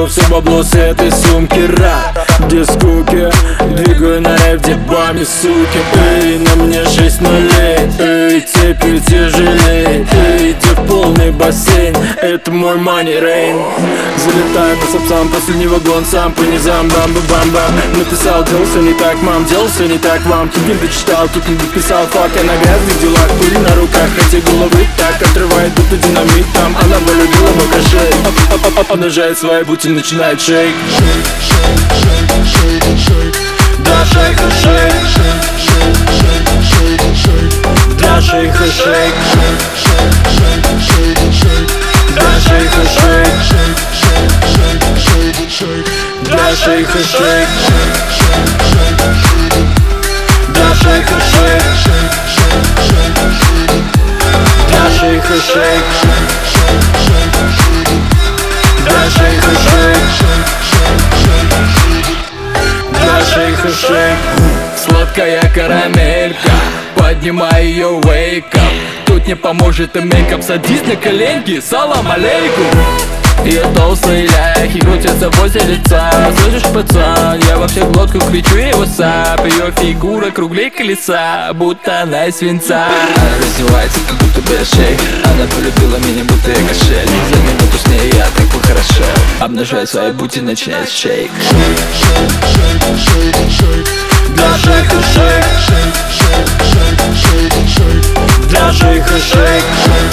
Беру все бабло с этой сумки, ради скуки. Двигаю на рэп дебами, суки. Эй, на мне 6 нулей. Эй, цепи тяжелей. Эй, иди в полный бассейн. Это мой money rain. Залетаю по сапсам, последний вагон сам по низам, бам-бам-бам-бам. Написал, делал все не так, мам, делал все не так, вам. Тут не дочитал, тут не дописал, фак. Я на грязных делах, пыль на руках, хотя головы так отрывает, будто динамит там. Она полюбила мой кошель, обнажает свои бути, начинает шейк. Да, шейка, шейк. Да, шейка, шейк. Да, шейка, шейк. Да, шейка, шейк. Да, шейка, шейк. Да, шейка, шейк. Да, шейка, шейк. Да, шейка, шейк. Сладкая карамелька, поднимай ее, wake up. Тут не поможет и мейкап, садись на коленки, салам алейкум. Ее толстые ляхи крутятся возле лица. Слышишь, пацан, я во всех глотку кричу его сап. Ее фигура круглей колеса, будто она из свинца. Она раздевается, как будто без шейк. Она полюбила меня, будто я кошель. За минуту с ней я так похорошел. Обнажает свои бути, начинает шейк. Да, шейка, шейк. Да, шейка, шейк.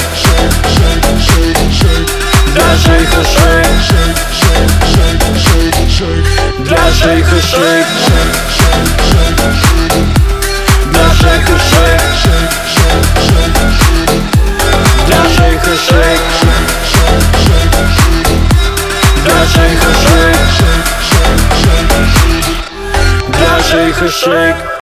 Да, шейка, шейк. Да, шейка, шейк. Да, шейка, шейк. Да, шейка, шейк. Да, шейка, шейк. Да, шейка, шейк.